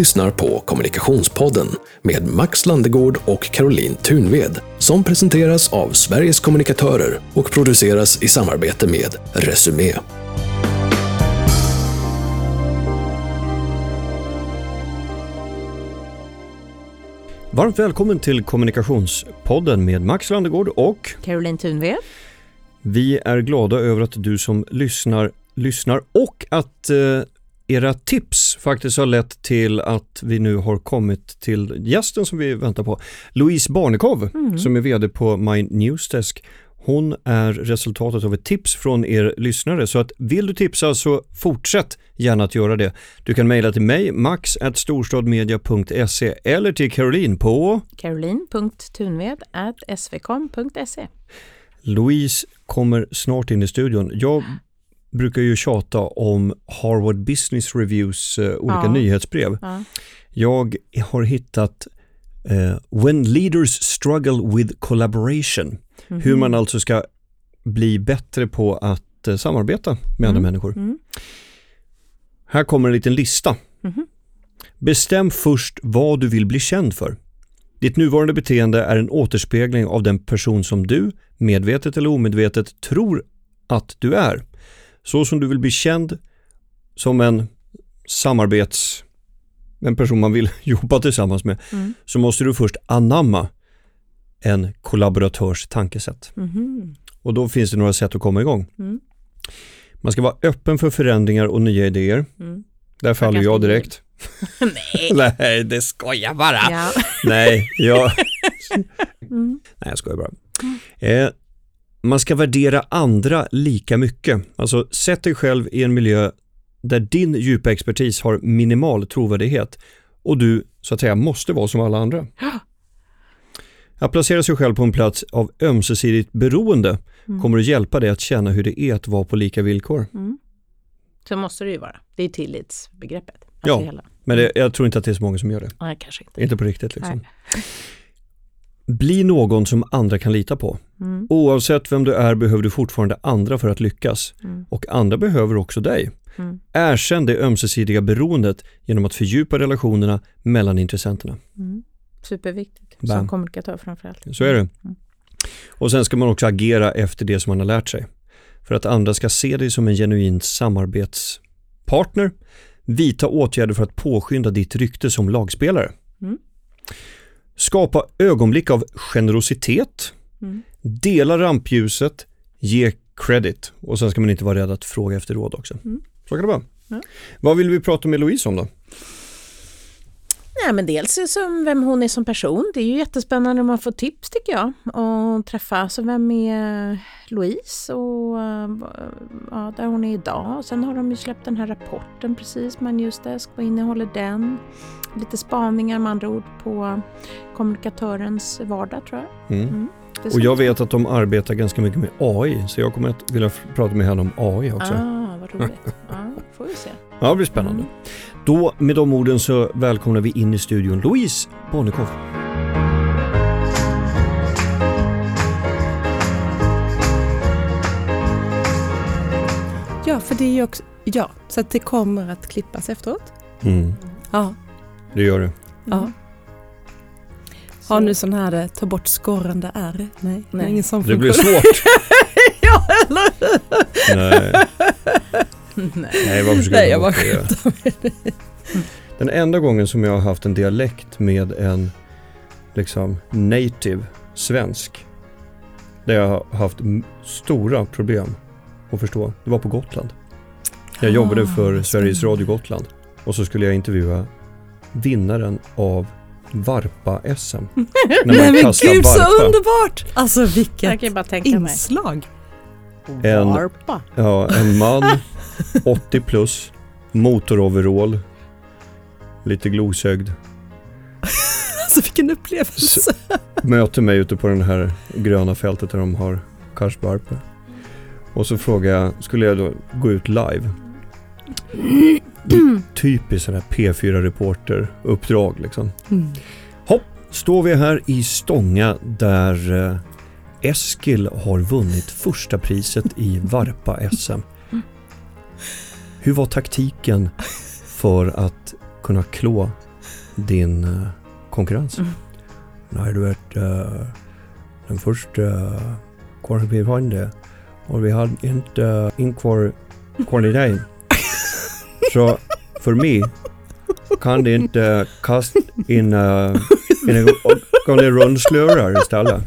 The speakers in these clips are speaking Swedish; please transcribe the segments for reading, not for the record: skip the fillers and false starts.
lyssnar på Kommunikationspodden med Max Landegård och Caroline Thunved som presenteras av Sveriges kommunikatörer och produceras i samarbete med Resumé. Varmt välkommen till Kommunikationspodden med Max Landegård och Caroline Thunved. Vi är glada över att du som lyssnar och att era tips faktiskt har lett till att vi nu har kommit till gästen som vi väntar på. Louise Barnekow som är vd på My Newsdesk. Hon är resultatet av ett tips från er lyssnare. Så att vill du tipsa så fortsätt gärna att göra det. Du kan mejla till mig, max@storstadmedia.se eller till Caroline på caroline.thunved@svkom.se. Louise kommer snart in i studion. Jag brukar ju tjata om Harvard Business Reviews olika nyhetsbrev. Ja. Jag har hittat When Leaders Struggle with Collaboration. Hur man alltså ska bli bättre på att samarbeta med andra människor. Här kommer en liten lista. Bestäm först vad du vill bli känd för. Ditt nuvarande beteende är en återspegling av den person som du, medvetet eller omedvetet, tror att du är. Så som du vill bli känd som en person man vill jobba tillsammans med, så måste du först anamma en kollaboratörs tankesätt. Och då finns det några sätt att komma igång. Man ska vara öppen för förändringar och nya idéer. Där faller jag direkt. Nej, det skojar bara. Ja. Nej, jag skojar bara. Man ska värdera andra lika mycket. Alltså sätt dig själv i en miljö där din djupa expertis har minimal trovärdighet och du så att säga måste vara som alla andra. Att placera sig själv på en plats av ömsesidigt beroende kommer att hjälpa dig att känna hur det är att vara på lika villkor. Så måste det ju vara. Det är tillitsbegreppet. Alltså men jag tror inte att det är så många som gör det. Nej, kanske inte. Inte på riktigt liksom. Bli någon som andra kan lita på. Oavsett vem du är behöver du fortfarande andra för att lyckas. Och andra behöver också dig. Erkänn det ömsesidiga beroendet genom att fördjupa relationerna mellan intressenterna. Superviktigt. Som kommunikatör framförallt. Så är det. Och sen ska man också agera efter det som man har lärt sig. För att andra ska se dig som en genuin samarbetspartner. Vidta åtgärder för att påskynda ditt rykte som lagspelare. Skapa ögonblick av generositet. Dela rampljuset. Ge credit. Och sen ska man inte vara rädd att fråga efter råd också. Så kan det vara. Vad vill vi prata med Louise om då? Nej, men dels som vem hon är som person. Det är ju jättespännande om man får tips tycker jag. Och träffa, så vem är Louise och där hon är idag. Och sen har de ju släppt den här rapporten precis, My Newsdesk. Vad innehåller den? Lite spaningar med andra ord på kommunikatörens vardag tror jag. Och jag vet att de arbetar ganska mycket med AI. Så jag kommer att vilja prata med henne om AI också. Vad roligt. Får vi se. Ja, det blir spännande. Då med de orden så välkomnar vi in i studion Louise Barnekow. Ja, för det är ju också så att det kommer att klippas efteråt. Ja. Det gör det. Ja. Har nu sån här ta bort skorrande R? Nej. Ingen sån det blir svårt. Ja, eller? Nej, varför ska jag bara skämtar med det. Den enda gången som jag har haft en dialekt med en liksom native svensk där jag har haft stora problem att förstå, det var på Gotland. Jag jobbade för Sveriges Radio Gotland och så skulle jag intervjua vinnaren av Varpa-SM. Nej men gud, så underbart! Alltså vilket inslag! Varpa. En man 80 plus, motoroverall, lite glosögd. Alltså vilken upplevelse. Möter mig ute på den här gröna fältet där de har karlsvarpa. Och så frågar jag, skulle jag då gå ut live? Typiskt sån här P4-reporter-uppdrag liksom. Hopp, står vi här i Stånga där Eskil har vunnit första priset i Varpa-SM. Hur var taktiken för att kunna klå din konkurrens? Nej, du vet, den första kvar vi hade och vi hade inte in kvar kvalitet. Så för mig kan det inte kasta in en rundslörar istället.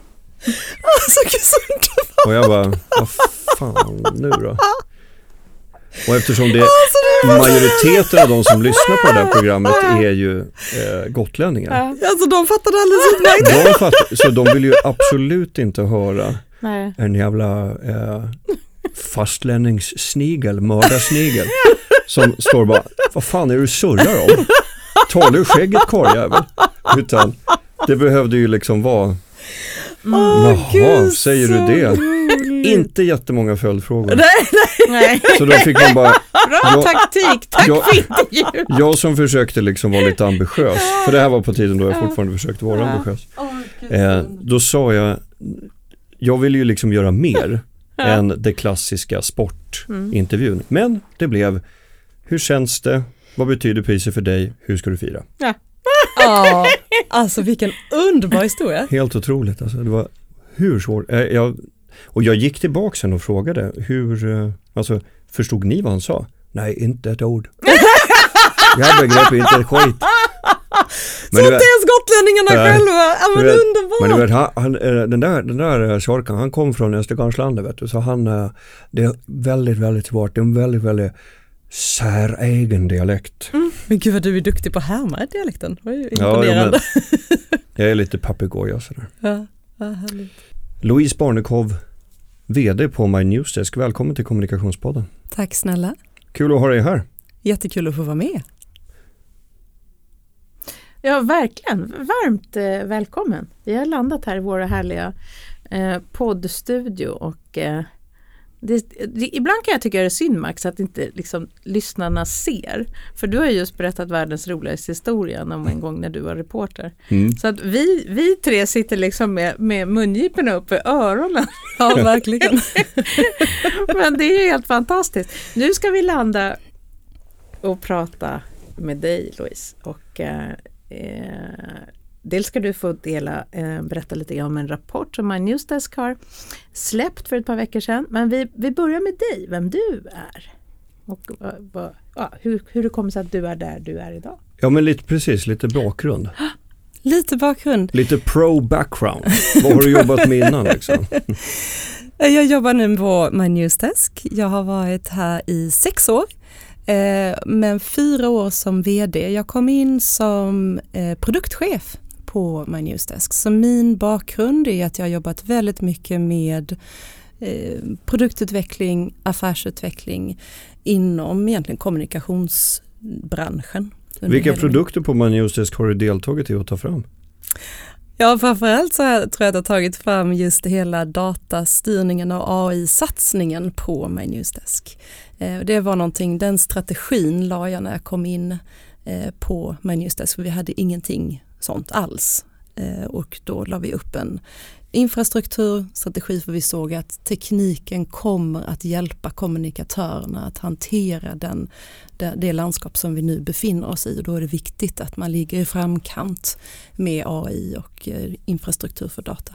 Och jag bara, vad fan nu då? Och eftersom det majoriteten av de som lyssnar på det här programmet är ju gotlänningar. Alltså de fattade alldeles utmärkt. Så de vill ju absolut inte höra en jävla fastlänningssnigel, mördarsnigel som står bara, vad fan är du surrar om? Talar du skägget karljävel? Utan det behövde ju liksom vara jaha, säger du det? Inte jättemånga följdfrågor. Nej. Så då fick man bara... Bra taktik, tack för intervjun. Jag som försökte liksom vara lite ambitiös, för det här var på tiden då jag fortfarande försökte vara ambitiös. Då sa jag vill ju liksom göra mer än det klassiska sportintervjun. Men det blev, hur känns det? Vad betyder priset för dig? Hur ska du fira? Ja, alltså vilken underbar historia. Helt otroligt. Alltså, det var hur svårt. Och jag gick tillbaka sen och frågade alltså, förstod ni vad han sa? Nej, inte ett ord. Jag begrepp inte ett skit. Men så inte ens gotlänningarna själva. Ja, men underbart. Men du vet, den där sorkan, han kom från Östergarnslandet, vet du. Så det är väldigt, väldigt svårt. Det är en väldigt, väldigt säregen dialekt. Men gud vad du är duktig på att härma dialekten. Det var ju imponerande. Jag är lite papegoja sådär. Ja, härligt. Louise Barnekow, vd på My Newsdesk. Välkommen till Kommunikationspodden. Tack snälla. Kul att ha dig här. Jättekul att få vara med. Ja, verkligen. Varmt välkommen. Vi har landat här i våra härliga poddstudio och ibland kan jag tycka det är synd, Max, att inte liksom lyssnarna ser. För du har just berättat världens roligaste historia om en gång när du var reporter. Så att vi tre sitter liksom med mungiporna upp i öronen. Ja, verkligen. Men det är ju helt fantastiskt. Nu ska vi landa och prata med dig, Louise. Och dels ska du få berätta lite grann om en rapport som My Newsdesk har släppt för ett par veckor sedan. Men vi börjar med dig, vem du är. Och hur det kommer sig att du är där du är idag. Ja, men lite bakgrund. Lite bakgrund. Lite pro-background. Vad har du jobbat med innan liksom? Jag jobbar nu på My Newsdesk. Jag har varit här i 6 år. Men 4 år som vd. Jag kom in som produktchef på My Newsdesk. Så min bakgrund är att jag har jobbat väldigt mycket med produktutveckling, affärsutveckling inom egentligen kommunikationsbranschen. Vilka produkter på My Newsdesk har du deltagit i att ta fram? Ja, framförallt så tror jag att jag har tagit fram just hela datastyrningen och AI-satsningen på My Newsdesk. Det var någonting, den strategin la jag när jag kom in på My Newsdesk, för vi hade ingenting sånt alls. Och då la vi upp en infrastrukturstrategi, för vi såg att tekniken kommer att hjälpa kommunikatörerna att hantera det landskap som vi nu befinner oss i. Och då är det viktigt att man ligger i framkant med AI och infrastruktur för data.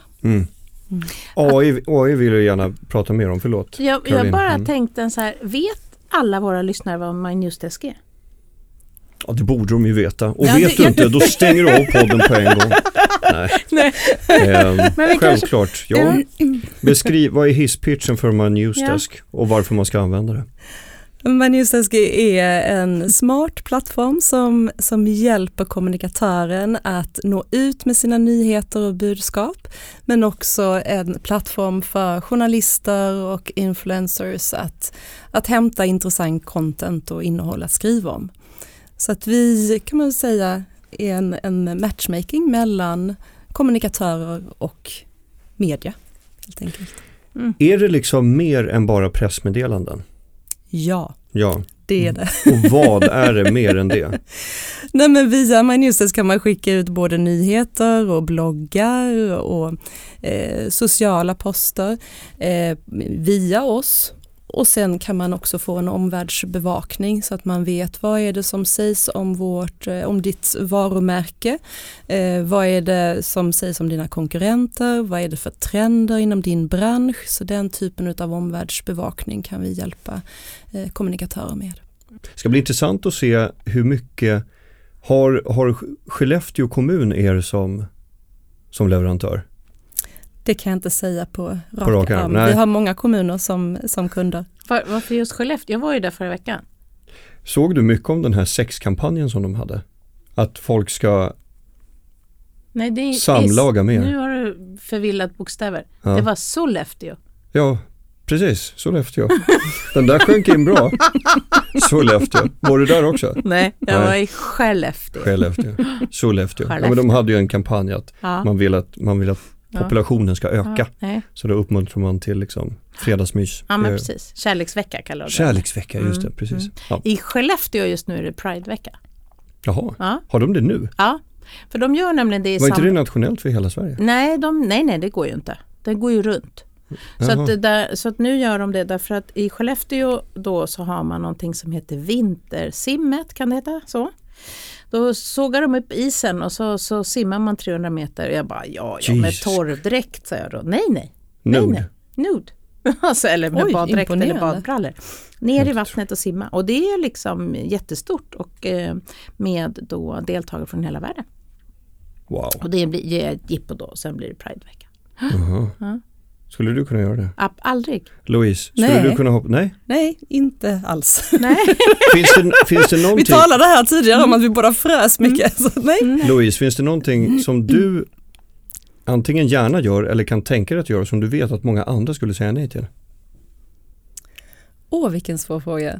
AI vill jag gärna prata mer om, förlåt. Jag bara tänkte så här, vet alla våra lyssnare vad My Newsdesk är? Ja, det borde de ju veta. Och vet du inte, då stänger du av podden på en gång. Nej. Självklart. Ja. Beskriv, vad är hisspitchen för My Newsdesk och varför man ska använda det? My Newsdesk är en smart plattform som hjälper kommunikatören att nå ut med sina nyheter och budskap, men också en plattform för journalister och influencers att hämta intressant content och innehåll att skriva om. Så att vi, kan man säga, är en matchmaking mellan kommunikatörer och media, helt enkelt. Är det liksom mer än bara pressmeddelanden? Ja. Det är det. Och vad är det mer än det? Nej, men via My Newsdesk kan man skicka ut både nyheter och bloggar och sociala poster via oss Och sen kan man också få en omvärldsbevakning så att man vet vad är det som sägs om ditt varumärke, vad är det som sägs om dina konkurrenter, vad är det för trender inom din bransch. Så den typen av omvärldsbevakning kan vi hjälpa kommunikatörer med. Det ska bli intressant att se hur mycket har Skellefteå kommun er som leverantör? Det kan jag inte säga på rak rak arm. arm. Vi har många kommuner som kunder. Varför just Skellefteå? Jag var ju där förra veckan. Såg du mycket om den här sexkampanjen som de hade? Att folk ska samlaga mer. Nu har du förvillat bokstäver. Ja. Det var Sollefteå. Ja, precis. Sollefteå. Den där sjönk in bra. Sollefteå. Var du där också? Nej, jag var i Skellefteå. Sollefteå. Ja, men de hade ju en kampanj att man vill att populationen ska öka. Ja, så då uppmuntrar man till liksom fredagsmys. Ja, men precis. Kärleksvecka kallar det. Kärleksvecka, just det. Precis. Ja. I Skellefteå just nu är det Pridevecka. Jaha, Ja. Har de det nu? Ja, för de gör nämligen det i Var inte det nationellt för hela Sverige? Nej, det går ju inte. Det går ju runt. Så att nu gör de det därför att i Skellefteå då så har man någonting som heter vintersimmet, kan det heta så? Då sågar de upp isen och så simmar man 300 meter. Och jag bara, ja med torrdräkt, säger jag då. Nej. Nude. Alltså, eller med baddräkt eller badbrallor. Ner i vattnet och simma. Och det är liksom jättestort och med då deltagare från hela världen. Wow. Och det blir ett jippo då och sen blir det Pridevecka. Ja. Skulle du kunna göra det? Aldrig. Louise, skulle du kunna hoppa? Nej, inte alls. Nej. Finns det någonting... Vi talade här tidigare om att vi båda frös mycket. Så nej. Louise, finns det någonting som du antingen gärna gör eller kan tänka dig att göra som du vet att många andra skulle säga nej till? Vilken svår fråga.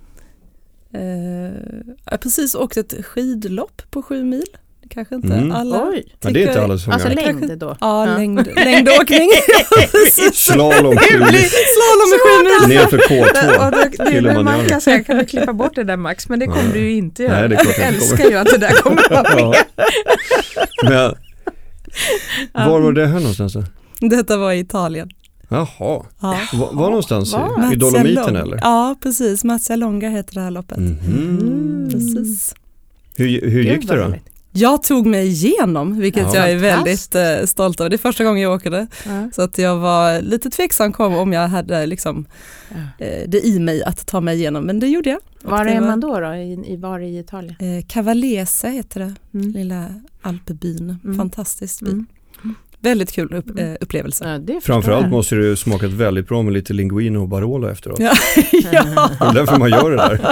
Jag har precis åkt ett skidlopp på 7 mil. Kanske inte alla. Oj. Men det är inte alla som alltså gör. längd då? Ja, längdåkning. Slalom 7 mil. Ner för K2. Man kan säga, kan du klippa bort det där Max, men det kommer du ju inte göra. Nej, det jag älskar ju att det där kommer att vara med. Men, var var det här någonstans då? Detta var i Italien. Jaha. Ja. Var någonstans? I Dolomiten eller? Ja, precis. Mazia Longa heter det här loppet. Precis. Hur gick det då? Jag tog mig igenom, vilket jag är väldigt stolt över. Det är första gången jag åkade. Så att jag var lite tveksam om jag hade liksom, det i mig att ta mig igenom. Men det gjorde jag. Var är man då? Var i Italien? Cavallese heter det. Lilla alpbyn. Fantastiskt by. Väldigt kul upplevelse. Ja, framförallt måste det smakat väldigt bra med lite linguine och Barolo efteråt. Ja. Det är därför man gör det där.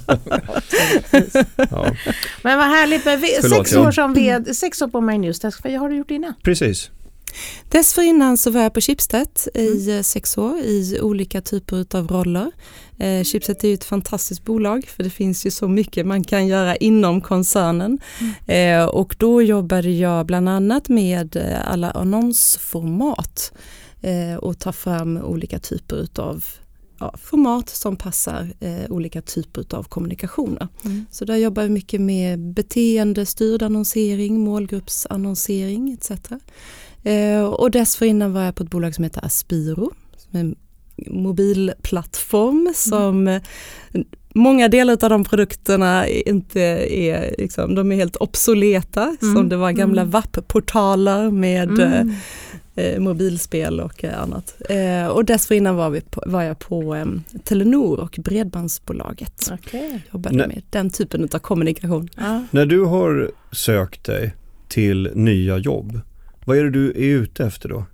Ja. Men vad härligt med 6 år på My Newsdesk. Vad har du gjort innan? Precis. Dessförinnan så var jag på Schibsted i 6 år i olika typer av roller. Schibsted är ju ett fantastiskt bolag för det finns ju så mycket man kan göra inom koncernen. Och då jobbade jag bland annat med alla annonsformat och ta fram olika typer av format som passar olika typer av kommunikationer. Så där jobbar vi mycket med beteendestyrd annonsering, målgruppsannonsering etc. Och dessförinnan var jag på ett bolag som heter Aspiro, som är en mobilplattform som många delar av de produkterna inte är liksom, de är helt obsoleta, som det var gamla WAP-portaler med mobilspel och annat. Och dessförinnan var jag på Telenor och Bredbandsbolaget. Jobbade med den typen av kommunikation. När du har sökt dig till nya jobb, vad är det du är ute efter då?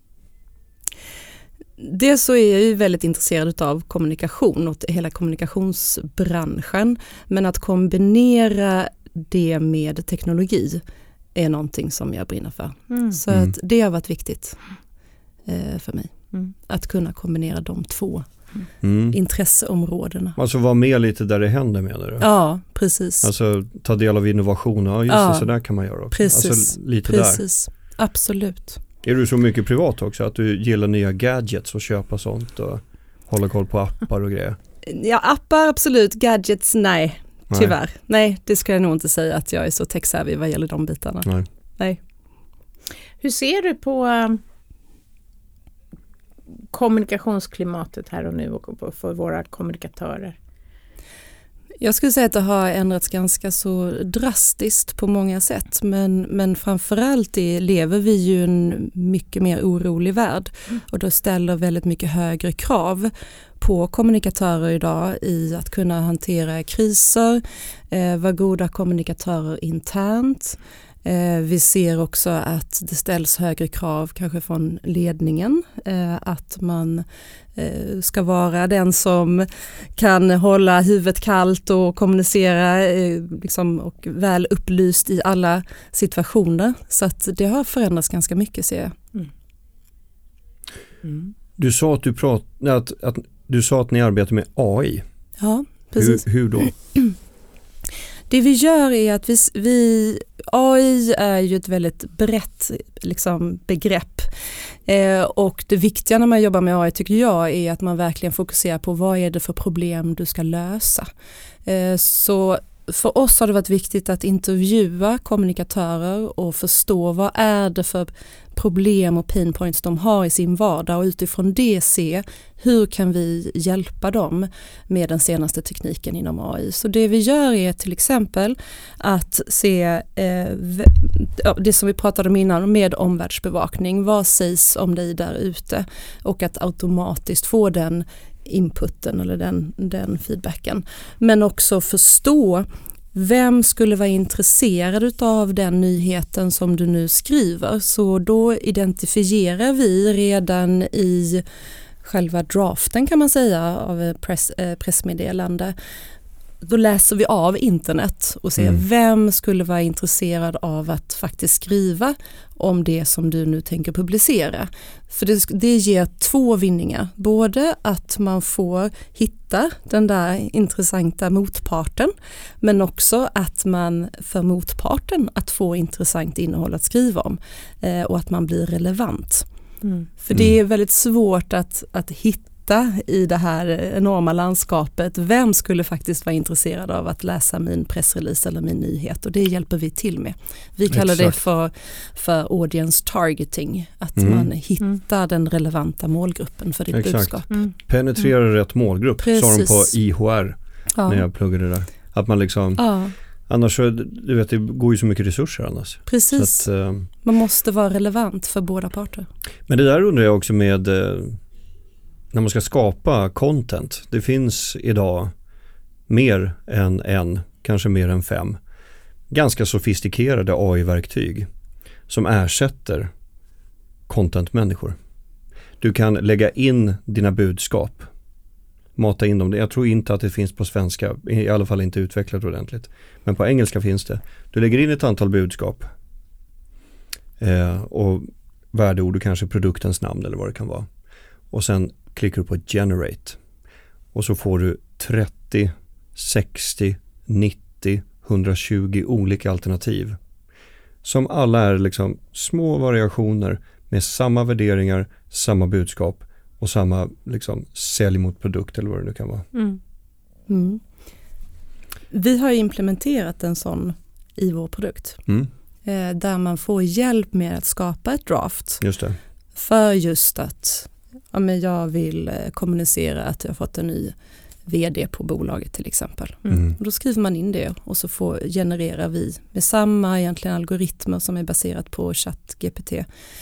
Dels så är jag ju väldigt intresserad av kommunikation och hela kommunikationsbranschen. Men att kombinera det med teknologi är någonting som jag brinner för. Så att det har varit viktigt för mig. Att kunna kombinera de två intresseområdena. Alltså vara med lite där det händer, menar du? Ja, precis. Alltså ta del av innovation. Ja, just det, så där kan man göra också. Precis, alltså, lite precis. Där. Absolut. Är du så mycket privat också att du gillar nya gadgets och köpa sånt och hålla koll på appar och grejer? Ja, appar absolut. Gadgets, nej. Tyvärr. Nej, det ska jag nog inte säga att jag är så tech-savvy vad gäller de bitarna. Nej. Hur ser du på kommunikationsklimatet här och nu och för våra kommunikatörer? Jag skulle säga att det har ändrats ganska så drastiskt på många sätt, men framförallt lever vi ju i en mycket mer orolig värld och då ställer väldigt mycket högre krav på kommunikatörer idag i att kunna hantera kriser, vara goda kommunikatörer internt. Vi ser också att det ställs högre krav kanske från ledningen, att man ska vara den som kan hålla huvudet kallt och kommunicera liksom, och väl upplyst i alla situationer. Så att det har förändrats ganska mycket, ser jag. Du sa att du sa att ni arbetar med AI. Ja, precis. Hur då? Det vi gör är att AI är ju ett väldigt brett liksom, begrepp. Och det viktiga när man jobbar med AI tycker jag är att man verkligen fokuserar på vad är det för problem du ska lösa. Så för oss har det varit viktigt att intervjua kommunikatörer och förstå vad är det för problem och pain points de har i sin vardag och utifrån det se hur kan vi hjälpa dem med den senaste tekniken inom AI. Så det vi gör är till exempel att se det som vi pratade om innan med omvärldsbevakning. Vad sägs om dig där ute? Och att automatiskt få den inputen eller den feedbacken. Men också förstå vem skulle vara intresserad av den nyheten som du nu skriver. Så då identifierar vi redan i själva draften kan man säga av pressmeddelande. Då läser vi av internet och ser vem skulle vara intresserad av att faktiskt skriva om det som du nu tänker publicera. För det ger 2 vinningar. Både att man får hitta den där intressanta motparten, men också att man för motparten att få intressant innehåll att skriva om och att man blir relevant. För det är väldigt svårt att hitta i det här enorma landskapet. Vem skulle faktiskt vara intresserad av att läsa min pressrelease eller min nyhet? Och det hjälper vi till med. Vi kallar det för audience targeting. Att man hittar den relevanta målgruppen för ditt budskap. Penetrera rätt målgrupp, sa de på IHR när jag pluggade där. Att man liksom... Annars så, du vet, det går ju så mycket resurser annars. Precis. Så att, man måste vara relevant för båda parter. Men det där undrar jag också med när man ska skapa content. Det finns idag mer än kanske mer än 5 ganska sofistikerade AI-verktyg som ersätter content-människor. Du kan lägga in dina budskap, mata in dem. Jag tror inte att det finns på svenska, i alla fall inte utvecklat ordentligt. Men på engelska finns det. Du lägger in ett antal budskap och värdeord och kanske produktens namn eller vad det kan vara. Och sen klickar du på generate och så får du 30, 60, 90, 120 olika alternativ som alla är liksom små variationer med samma värderingar, samma budskap och samma liksom sälj mot produkt eller vad det nu kan vara. Vi har implementerat en sån i vår produkt där man får hjälp med att skapa ett draft. Just det. För just att men jag vill kommunicera att jag har fått en ny vd på bolaget till exempel. Och då skriver man in det och så genererar vi med samma egentligen algoritmer som är baserat på ChatGPT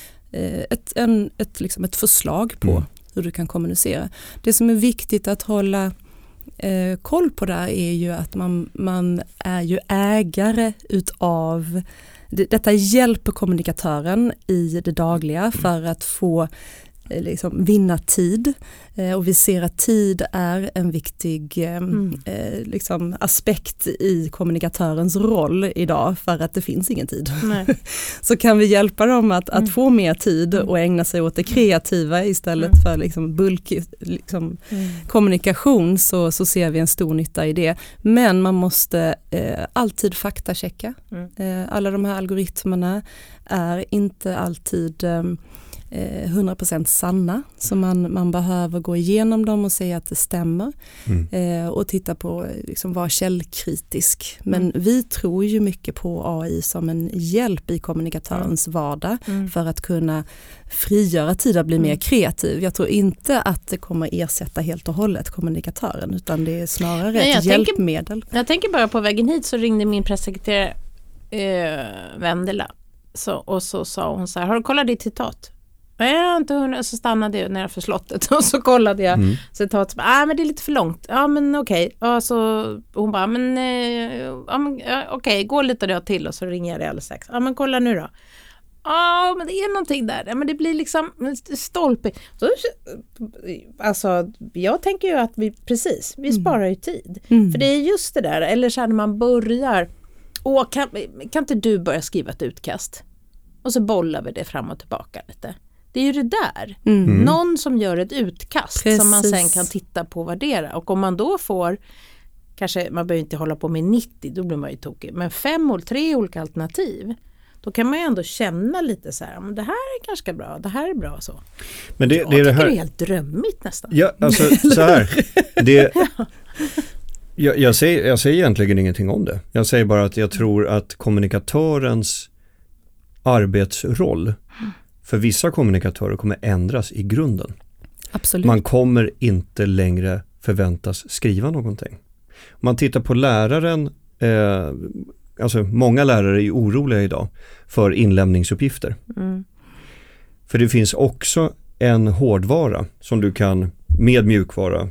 ett förslag på hur du kan kommunicera. Det som är viktigt att hålla koll på där är ju att man är ju ägare utav detta hjälper kommunikatören i det dagliga för att få liksom vinna tid och vi ser att tid är en viktig liksom aspekt i kommunikatörens roll idag för att det finns ingen tid. Så kan vi hjälpa dem att få mer tid och ägna sig åt det kreativa istället för liksom bulk liksom kommunikation så ser vi en stor nytta i det. Men man måste alltid faktachecka. Alla de här algoritmerna är inte alltid 100% sanna. Så man behöver gå igenom dem och säga att det stämmer. Och titta på, liksom, vara källkritisk. Men vi tror ju mycket på AI som en hjälp i kommunikatörens vardag för att kunna frigöra tid att bli mer kreativ. Jag tror inte att det kommer ersätta helt och hållet kommunikatören, utan det är snarare ett hjälpmedel. Jag tänker bara på vägen hit så ringde min pressekreterare Vendela. Och så sa hon så här: har du kollat ditt citat? Nej, jag har inte hunnit. Så stannade jag nära för slottet och så kollade jag citat. Men det är lite för långt. Ja, men okej. Och så hon bara, okej, gå lite då till och så ringer jag dig alldeles strax. Ja, men kolla nu då. Ja, men det är någonting där. Ja, men det blir liksom stolpe. Så, alltså, jag tänker ju att vi sparar ju tid. För det är just det där. Eller så här när man börjar. Kan inte du börja skriva ett utkast? Och så bollar vi det fram och tillbaka lite. Det är ju det där. Någon som gör ett utkast som man sen kan titta på och värdera. Och om man då får, kanske man behöver inte hålla på med 90, då blir man ju tokig. Men 3 olika alternativ. Då kan man ju ändå känna lite så här, men det här är ganska bra, det här är bra så. Men det är det här. Det är helt drömmigt nästan. Ja, alltså så här. Jag säger egentligen ingenting om det. Jag säger bara att jag tror att kommunikatörens arbetsroll för vissa kommunikatörer kommer ändras i grunden. Absolut. Man kommer inte längre förväntas skriva någonting. Om man tittar på läraren, alltså många lärare är oroliga idag för inlämningsuppgifter. För det finns också en hårdvara som du kan med mjukvara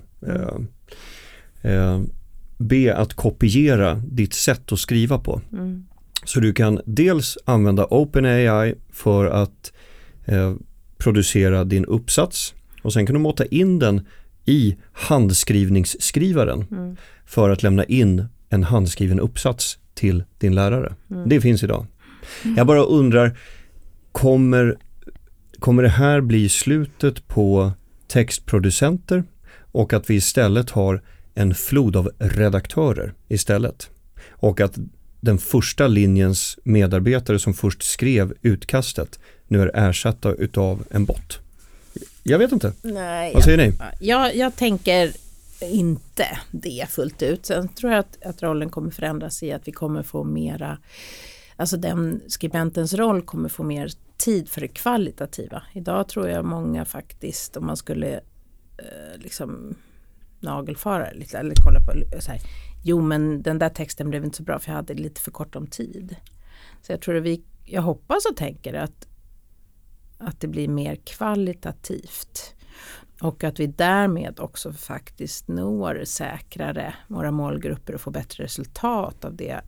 be att kopiera ditt sätt att skriva på. Så du kan dels använda OpenAI för att producera din uppsats och sen kan du mata in den i handskrivningsskrivaren för att lämna in en handskriven uppsats till din lärare. Det finns idag. Jag bara undrar, kommer det här bli slutet på textproducenter och att vi istället har en flod av redaktörer istället? Och att den första linjens medarbetare som först skrev utkastet nu är ersatta utav en bot. Jag vet inte. Nej, vad säger ni? Jag tänker inte det fullt ut. Sen tror jag att rollen kommer förändras i att vi kommer få mera, alltså den skribentens roll kommer få mer tid för det kvalitativa. Idag tror jag många faktiskt, om man skulle liksom nagelfara lite eller kolla på så här, jo men den där texten blev inte så bra för jag hade lite för kort om tid. Så jag tror att jag hoppas och tänker att det blir mer kvalitativt och att vi därmed också faktiskt når säkrare våra målgrupper och får bättre resultat av det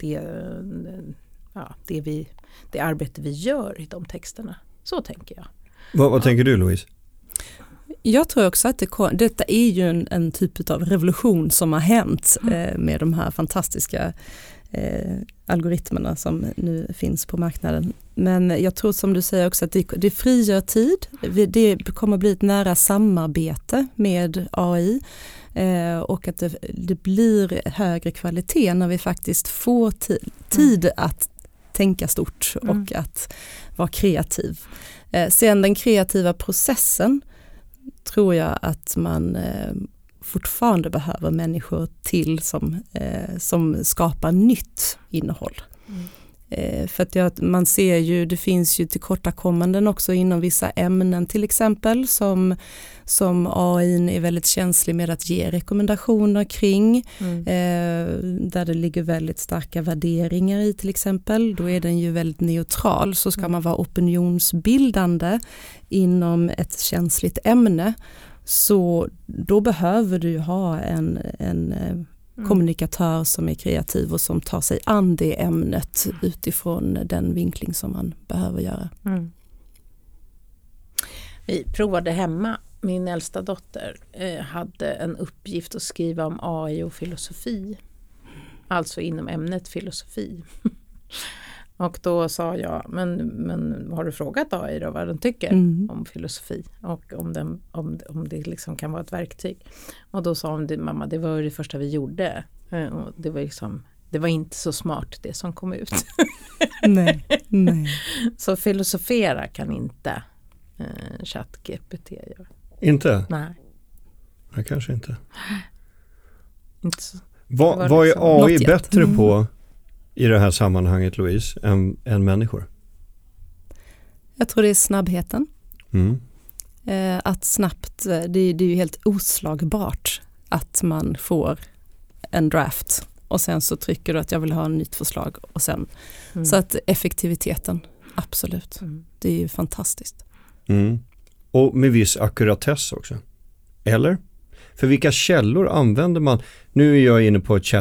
arbete vi gör i de texterna. Så tänker jag. Vad tänker du, Louise? Jag tror också att detta är ju en typ av revolution som har hänt med de här fantastiska algoritmerna som nu finns på marknaden. Men jag tror som du säger också att det frigör tid. Det kommer bli ett nära samarbete med AI och att det blir högre kvalitet när vi faktiskt får tid att tänka stort och att vara kreativ. Sen den kreativa processen tror jag att man fortfarande behöver människor till som skapar nytt innehåll. För att man ser ju, det finns ju tillkortakommanden också inom vissa ämnen till exempel som AI är väldigt känslig med att ge rekommendationer kring där det ligger väldigt starka värderingar i till exempel. Då är den ju väldigt neutral, så ska man vara opinionsbildande inom ett känsligt ämne så då behöver du ha en kommunikatör som är kreativ och som tar sig an det ämnet utifrån den vinkling som man behöver göra. Vi provade hemma. Min äldsta dotter hade en uppgift att skriva om AI och filosofi. Alltså inom ämnet filosofi. Och då sa jag, men har du frågat AI då vad den tycker om filosofi och om det liksom kan vara ett verktyg? Och då sa hon, mamma, det var det första vi gjorde. Och det var inte så smart det som kom ut. Nej. Så filosofera kan inte ChatGPT gör. Inte? Nej. Nej, kanske inte. Inte så. Vad är AI bättre på i det här sammanhanget, Louise, än människor? Jag tror det är snabbheten. Att snabbt, det är ju helt oslagbart att man får en draft och sen så trycker du att jag vill ha en nytt förslag och sen så att effektiviteten, absolut. Det är ju fantastiskt. Och med viss akkuratess också. Eller? För vilka källor använder man? Nu är jag inne på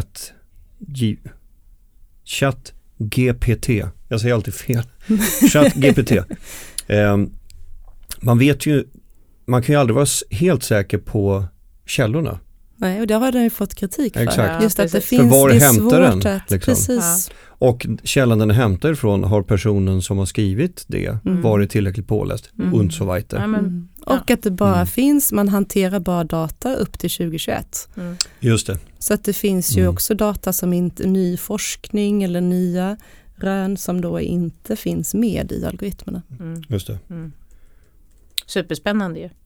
ChatGPT. Jag säger alltid fel. ChatGPT. Man kan ju aldrig vara helt säker på källorna. Nej, och det har den ju fått kritik för. Exakt. Just att det finns, för var det är hämtar svårt den, att, liksom. precis. Och källan den hämtar ifrån, har personen som har skrivit det varit tillräckligt påläst und so weiter. Och att det bara finns, man hanterar bara data upp till 2021. Just det. Så att det finns ju också data som inte, ny forskning eller nya rön som då inte finns med i algoritmerna. Just det. Superspännande ju.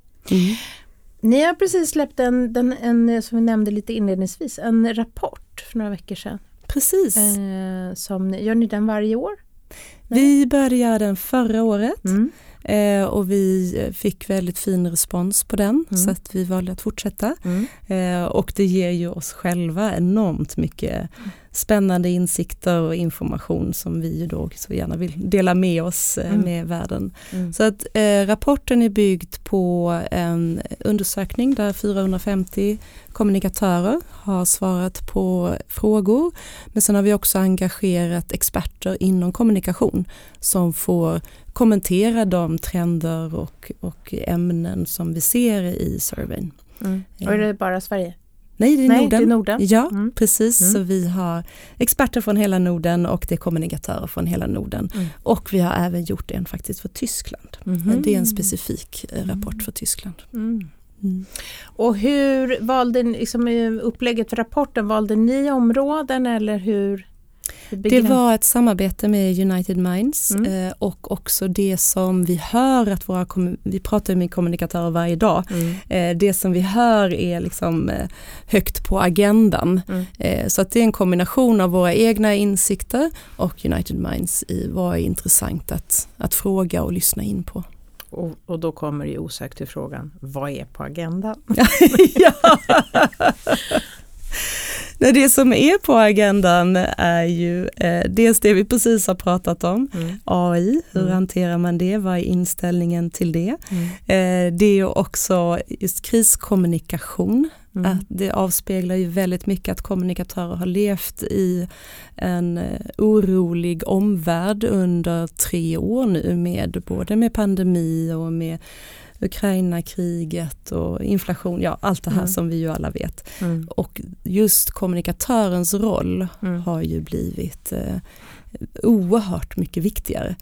Ni har precis släppt en, som vi nämnde lite inledningsvis, en rapport för några veckor sedan. Precis. Gör ni den varje år? Vi började göra den förra året och vi fick väldigt fin respons på den så att vi valde att fortsätta. Och det ger ju oss själva enormt mycket spännande insikter och information som vi ju då så gärna vill dela med oss med världen. Så att rapporten är byggd på en undersökning där 450 kommunikatörer har svarat på frågor. Men sen har vi också engagerat experter inom kommunikation som får kommentera de trender och ämnen som vi ser i surveyn. Och är det bara Sverige? Nej, det är Norden. Det är Norden. Ja, precis. Så vi har experter från hela Norden och det är kommunikatörer från hela Norden. Och vi har även gjort en faktiskt för Tyskland. Det är en specifik rapport för Tyskland. Och hur valde ni, liksom, upplägget för rapporten, valde ni områden eller hur? Det var ett samarbete med United Minds och också det som vi hör att vi pratar med kommunikatörer varje dag. Det som vi hör är liksom högt på agendan. Så att det är en kombination av våra egna insikter och United Minds var intressant att fråga och lyssna in på. Och då kommer ju osökt till frågan, vad är på agendan? Ja. Det som är på agendan är ju dels det vi precis har pratat om, AI, hur hanterar man det, vad är inställningen till det? Det är ju också just kriskommunikation, att det avspeglar ju väldigt mycket att kommunikatörer har levt i en orolig omvärld under 3 år nu både med pandemi och med Ukraina-kriget och inflation, ja allt det här som vi ju alla vet. Och just kommunikatörens roll har ju blivit oerhört mycket viktigare.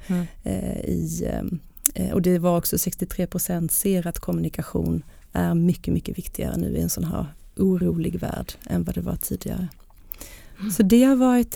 Och det var också 63% ser att kommunikation är mycket, mycket viktigare nu i en sån här orolig värld än vad det var tidigare. Så det har varit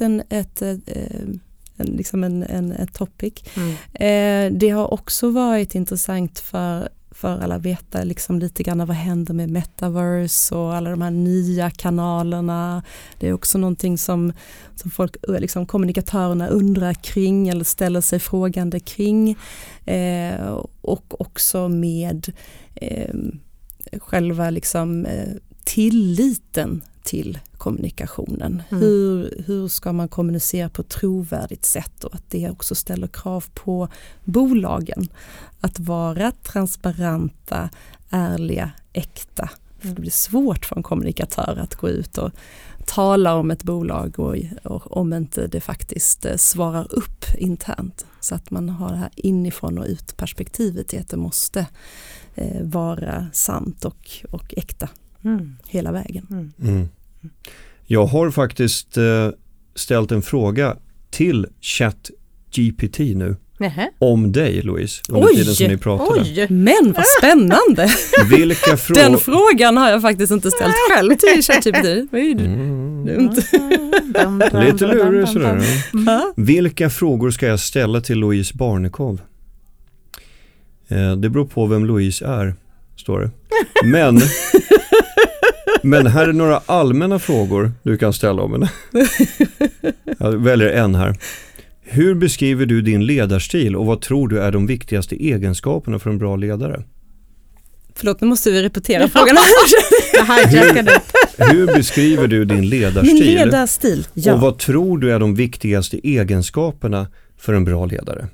ett topic. Det har också varit intressant för alla veta liksom lite grann vad händer med metaverse och alla de här nya kanalerna. Det är också någonting som folk, liksom kommunikatörerna undrar kring eller ställer sig frågande kring. Och också med själva liksom tilliten till kommunikationen. Hur ska man kommunicera på ett trovärdigt sätt och att det också ställer krav på bolagen att vara transparenta, ärliga, äkta. För det blir svårt för en kommunikatör att gå ut och tala om ett bolag och om inte det faktiskt svarar upp internt. Så att man har det här inifrån och ut perspektivet i att det måste vara sant och äkta hela vägen. Jag har faktiskt ställt en fråga till ChatGPT nu om dig, Louise, under tiden som ni pratade. Men vad spännande! Den frågan har jag faktiskt inte ställt själv till ChatGPT. Lite lurig sådär. Vilka frågor ska jag ställa till Louise Barnekow? Det beror på vem Louise är, står det. Men här är några allmänna frågor du kan ställa om henne. Jag väljer en här. Hur beskriver du din ledarstil och vad tror du är de viktigaste egenskaperna för en bra ledare? Förlåt, nu måste vi repetera frågan. Hur beskriver du din ledarstil? Min ledarstil, ja. Och vad tror du är de viktigaste egenskaperna för en bra ledare?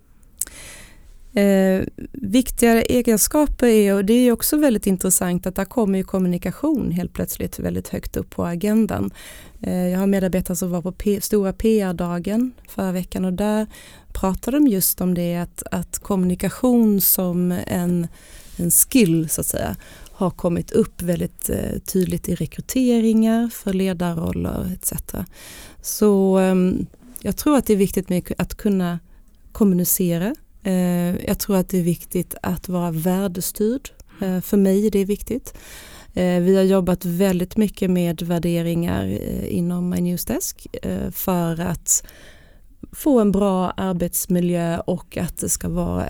Viktigare egenskaper är, och det är också väldigt intressant, att där kommer ju kommunikation helt plötsligt väldigt högt upp på agendan. Jag har medarbetare som var på stora PR-dagen förra veckan och där pratade de just om det att kommunikation som en skill så att säga har kommit upp väldigt tydligt i rekryteringar för ledarroller etc. Så jag tror att det är viktigt med att kunna kommunicera. Jag tror att det är viktigt att vara värdestyrd. För mig är det viktigt. Vi har jobbat väldigt mycket med värderingar inom My News Desk för att få en bra arbetsmiljö och att det ska vara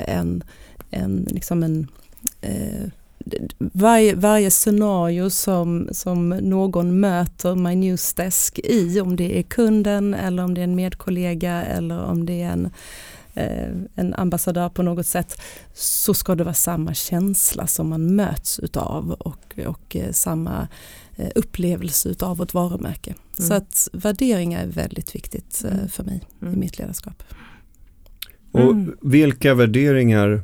varje scenario som någon möter My News Desk i, om det är kunden eller om det är en medkollega eller om det är en ambassadör på något sätt, så ska det vara samma känsla som man möts utav och samma upplevelse utav ett varumärke. Så att värderingar är väldigt viktigt för mig i mitt ledarskap. Och vilka värderingar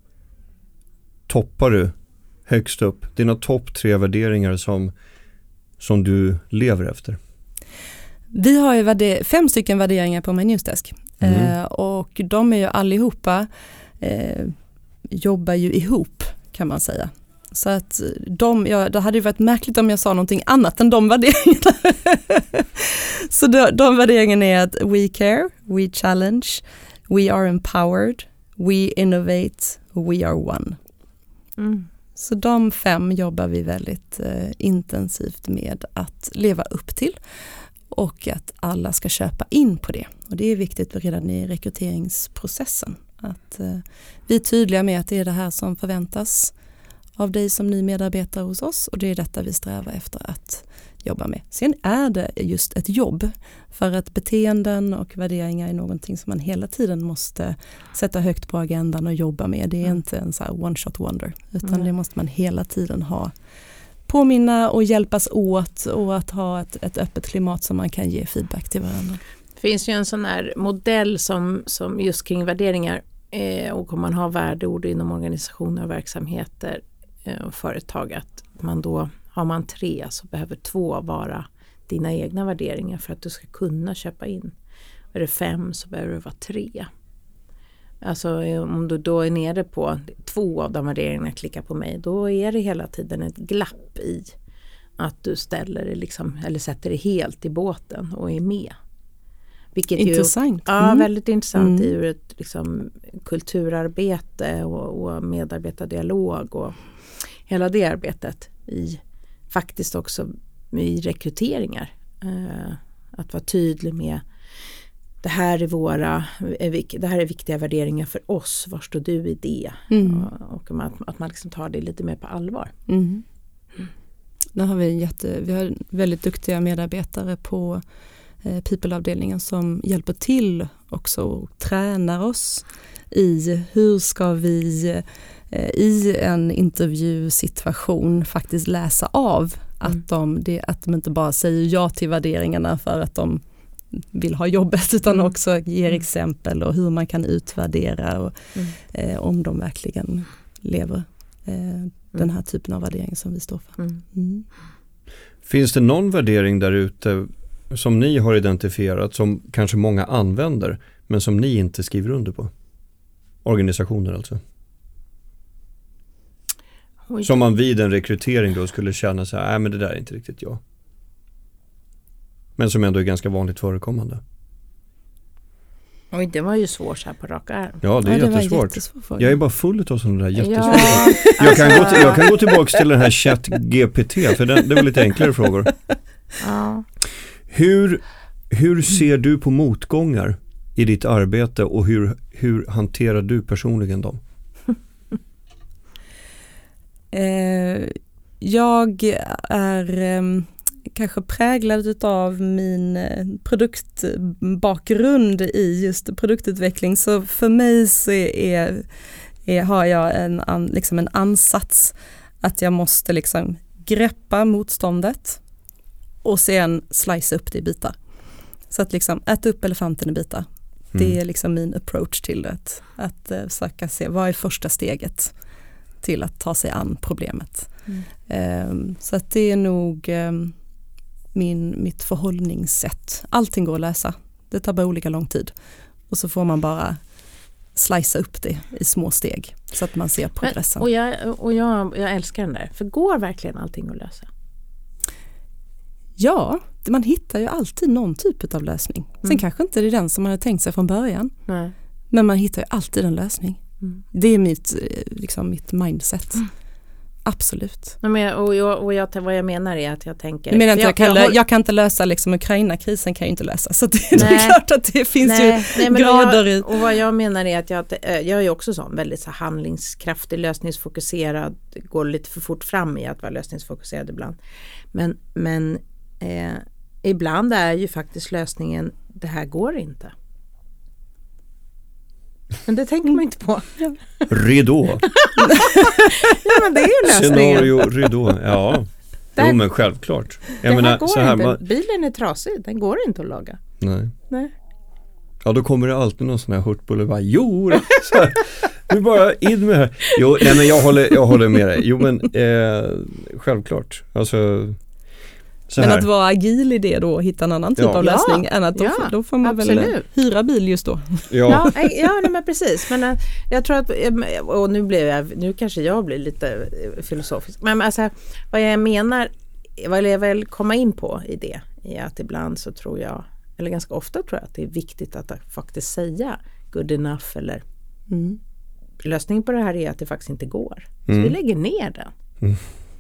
toppar du högst upp? Dina topp 3 värderingar som du lever efter? Vi har ju 5 stycken värderingar på My News Desk. Och de är ju allihopa jobbar ju ihop, kan man säga. Så att det hade ju varit märkligt om jag sa någonting annat än de värderingarna. Så de värderingarna är att we care, we challenge, we are empowered, we innovate, we are one. Så de 5 jobbar vi väldigt intensivt med att leva upp till. Och att alla ska köpa in på det. Och det är viktigt redan i rekryteringsprocessen. Att vi är tydliga med att det är det här som förväntas av dig som ny medarbetare hos oss. Och det är detta vi strävar efter att jobba med. Sen är det just ett jobb. För att beteenden och värderingar är någonting som man hela tiden måste sätta högt på agendan och jobba med. Det är inte en så här one shot wonder. Utan det måste man hela tiden påminna och hjälpas åt och att ha ett öppet klimat som man kan ge feedback till varandra. Det finns ju en sån här modell som just kring värderingar och om man har värdeord inom organisationer och verksamheter och företag, att man då har man 3 så behöver 2 vara dina egna värderingar för att du ska kunna köpa in. Är det 5 så behöver det vara 3. Alltså om du då är nere på 2 av de värderingarna klickar på mig, då är det hela tiden ett glapp i att du ställer det liksom, eller sätter det helt i båten och är med. Vilket intressant. Ja, väldigt intressant ur ett liksom, kulturarbete och medarbetardialog och hela det arbetet i faktiskt också i rekryteringar. Att vara tydlig med det här är viktiga värderingar för oss. Var står du i det? Och att man liksom tar det lite mer på allvar. Där har vi har väldigt duktiga medarbetare på people-avdelningen som hjälper till också och tränar oss i hur ska vi i en intervjusituation faktiskt läsa av att de inte bara säger ja till värderingarna för att de vill ha jobbet, utan också ger exempel och hur man kan utvärdera och om de verkligen lever den här typen av värderingar som vi står för. Finns det någon värdering där ute som ni har identifierat som kanske många använder men som ni inte skriver under på? Organisationer alltså. Som man vid en rekrytering då skulle känna så här, nej men det där är inte riktigt jag. Men som ändå är ganska vanligt förekommande. Oj, det var ju svårt så här på raka arm. Ja, det är jättesvårt. Jag är bara full av sådana där jättesvåra. Ja, jag kan gå tillbaka till den här ChatGPT, för det var lite enklare frågor. Ja. Hur ser du på motgångar i ditt arbete och hur hanterar du personligen dem? Jag är kanske präglad av min produktbakgrund i just produktutveckling. Så för mig så har jag en ansats att jag måste liksom greppa motståndet och sen slice upp det i bitar. Så att liksom äta upp elefanten i bitar. Det är liksom min approach till det. Att försöka se vad är första steget till att ta sig an problemet. Så att det är nog mitt förhållningssätt. Allting går att läsa. Det tar bara olika lång tid. Och så får man bara slicea upp det i små steg så att man ser progressen. Jag älskar den där. För går verkligen allting att lösa? Ja, man hittar ju alltid någon typ av lösning. Sen kanske inte det är den som man hade tänkt sig från början. Nej. Men man hittar ju alltid en lösning. Det är mitt mindset. Absolut. Vad jag menar är att jag tänker... Jag menar inte jag kan inte lösa liksom Ukraina-krisen, kan jag inte lösa. Så det är klart att det finns grader i... Och vad jag menar är att jag är också sån väldigt så handlingskraftig, lösningsfokuserad, går lite för fort fram i att vara lösningsfokuserad ibland. Men ibland är ju faktiskt lösningen, det här går inte. Men det tänker man inte på. Ridå. Ja, men det är ju lösningen. Scenario, ridå. Ja, jo, men självklart. Jag menar, går så här, inte. Bilen är trasig, den går inte att laga. Nej. Ja, då kommer det alltid någon sån här hurtbulle och bara, så här, nu bara in med det här. Jo, nej, men jag håller med dig. Jo, men självklart. Alltså... Men att vara agil i det då och hitta en annan typ av lösning än att då får man väl hyra bil just då. Ja, men precis. Men jag tror att, och nu kanske jag blir lite filosofisk, men alltså vad jag vill komma in på i det är att ibland så tror jag, eller ganska ofta tror jag att det är viktigt att faktiskt säga good enough eller lösningen på det här är att det faktiskt inte går. Så vi lägger ner den.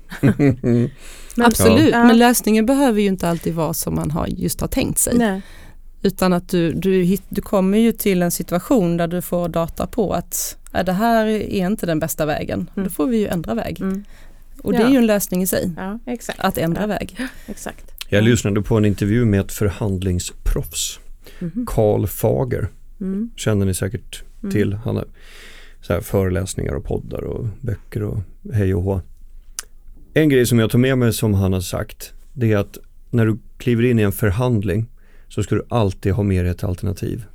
Absolut, men lösningen behöver ju inte alltid vara som man har tänkt sig. Nej. Utan att du kommer ju till en situation där du får data på att det här är inte den bästa vägen. Då får vi ju ändra väg. Och det är ju en lösning i sig. Ja, exakt. Att ändra väg. Exakt. Jag lyssnade på en intervju med ett förhandlingsproffs. Carl Fager. Känner ni säkert till. Han har så här föreläsningar och poddar och böcker och hej och hå. En grej som jag tar med mig som han har sagt, det är att när du kliver in i en förhandling så ska du alltid ha med dig ett alternativ.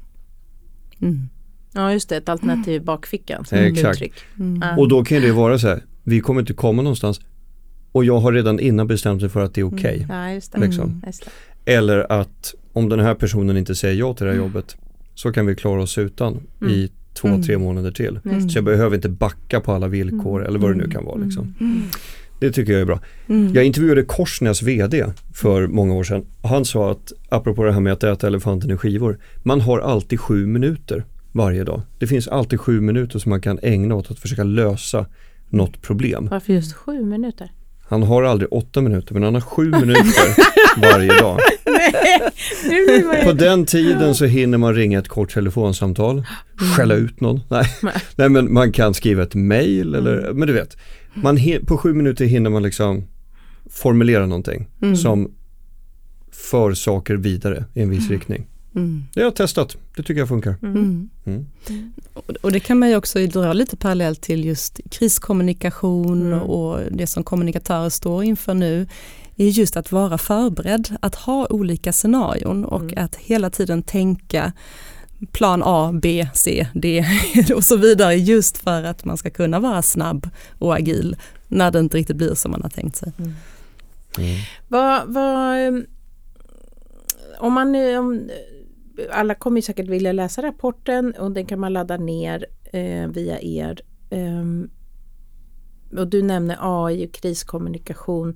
Ja, just det, ett alternativ i bakfickan. Exakt. Och då kan det vara så här, vi kommer inte komma någonstans och jag har redan innan bestämt mig för att det är okej. Ja, just det. Liksom. Just det. Eller att om den här personen inte säger ja till det här jobbet så kan vi klara oss utan i 2-3 månader till. Så jag behöver inte backa på alla villkor eller vad det nu kan vara. Liksom. Det tycker jag är bra. Jag intervjuade Korsnäs vd för många år sedan. Han sa att, apropå det här med att äta elefanten i skivor, man har alltid 7 minuter varje dag. Det finns alltid 7 minuter som man kan ägna åt att försöka lösa något problem. Varför just 7 minuter? Han har aldrig 8 minuter, men han har 7 minuter varje dag. På den tiden så hinner man ringa ett kort telefonsamtal, skälla ut någon. Nej, men man kan skriva ett mejl eller, men du vet. På 7 minuter hinner man liksom formulera någonting som för saker vidare i en viss riktning. Det har jag testat. Det tycker jag funkar. Och det kan man ju också dra lite parallellt till just kriskommunikation och det som kommunikatörer står inför nu är just att vara förberedd, att ha olika scenarion och att hela tiden tänka plan A, B, C, D och så vidare just för att man ska kunna vara snabb och agil när det inte riktigt blir som man har tänkt sig. Om alla kommer ju säkert vilja läsa rapporten och den kan man ladda ner via er. Och du nämner AI och kriskommunikation.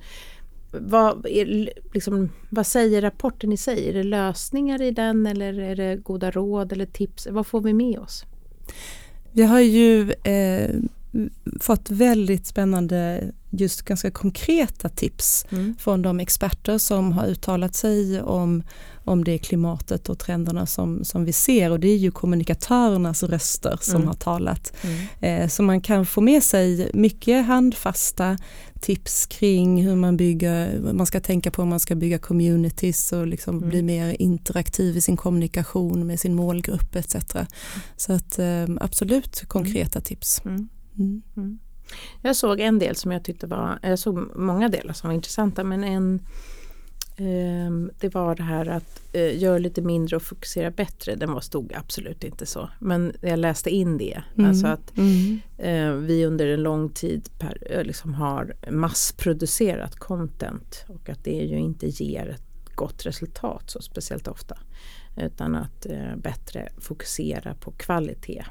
Vad säger rapporten i sig? Är det lösningar i den eller är det goda råd eller tips? Vad får vi med oss? Vi har ju fått väldigt spännande, just ganska konkreta tips från de experter som har uttalat sig om det klimatet och trenderna som vi ser, och det är ju kommunikatörernas röster som har talat. Så man kan få med sig mycket handfasta tips kring hur man ska tänka på om man ska bygga communities och liksom bli mer interaktiv i sin kommunikation med sin målgrupp etc. Så att absolut konkreta tips. Jag såg en del som jag såg många delar som var intressanta, men det var det här att göra lite mindre och fokusera bättre. Den stod absolut inte så. Men jag läste in det. Alltså att vi under en lång tid liksom har massproducerat content, och att det ju inte ger ett gott resultat så speciellt ofta. Utan att bättre fokusera på kvalitet.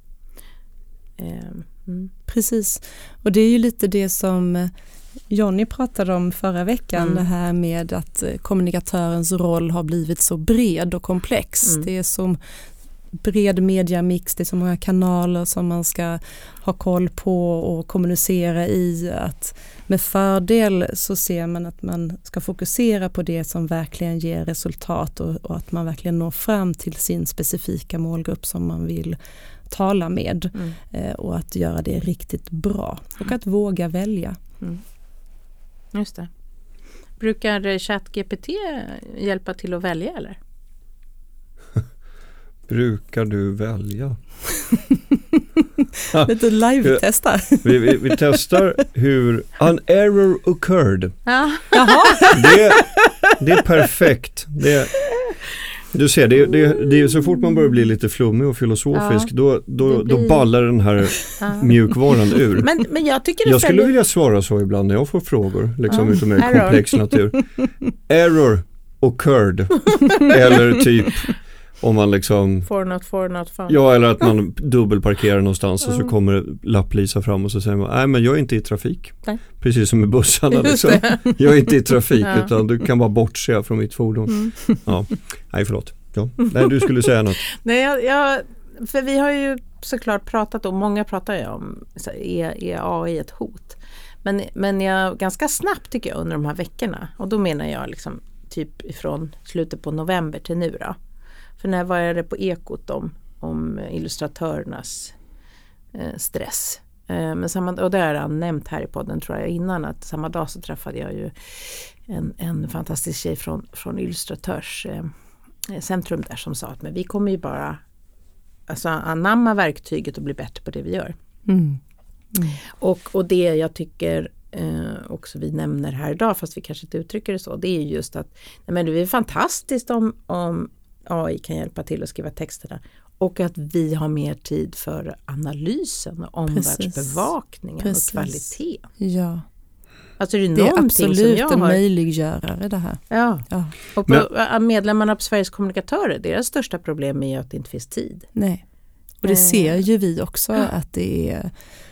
Precis. Och det är ju lite det som Johnny pratade om förra veckan, det här med att kommunikatörens roll har blivit så bred och komplex. Det är som bred mediamix, det är så många kanaler som man ska ha koll på och kommunicera i, att med fördel så ser man att man ska fokusera på det som verkligen ger resultat, och att man verkligen når fram till sin specifika målgrupp som man vill tala med, och att göra det riktigt bra och att våga välja. Just det. Brukar ChatGPT hjälpa till att välja, eller? Brukar du välja? Lite live-testa. Vi testar hur an error occurred. Ja. Det är perfekt. Du ser, det är så fort man börjar bli lite flummig och filosofisk, då ballar den här mjukvaran ur. Men jag tycker jag skulle vilja svara så ibland när jag får frågor, liksom utom en komplex natur. Error occurred. Eller typ om man liksom for not found. Ja, eller att man dubbelparkerar någonstans och så kommer lapplisa fram och så säger man, nej men jag är inte i trafik. Nej. Precis som med bussarna liksom. Jag är inte i trafik utan du kan bara bortse från mitt fordon. Ja. Nej, förlåt. Ja. Nej, du skulle säga något. Nej, för vi har ju såklart pratat om, många pratar ju om, är AI ett hot? Men jag ganska snabbt tycker jag under de här veckorna, och då menar jag liksom typ ifrån slutet på november till nu då. För när var det på Ekot om illustratörernas stress. Och det har jag nämnt här i podden tror jag innan, att samma dag så träffade jag ju en fantastisk tjej från illustratörscentrum där som sa att men vi kommer ju bara anamma verktyget och bli bättre på det vi gör. Och det jag tycker också vi nämner här idag, fast vi kanske inte uttrycker det så, det är just att men det är fantastiskt om AI kan hjälpa till att skriva texterna, och att vi har mer tid för analysen och omvärldsbevakningen och kvalitet. Ja. Alltså det är absolut en möjliggörare det här. Ja. Och medlemmarna på Sveriges kommunikatörer, deras största problem är ju att det inte finns tid. Nej. Och det ser ju vi också att det är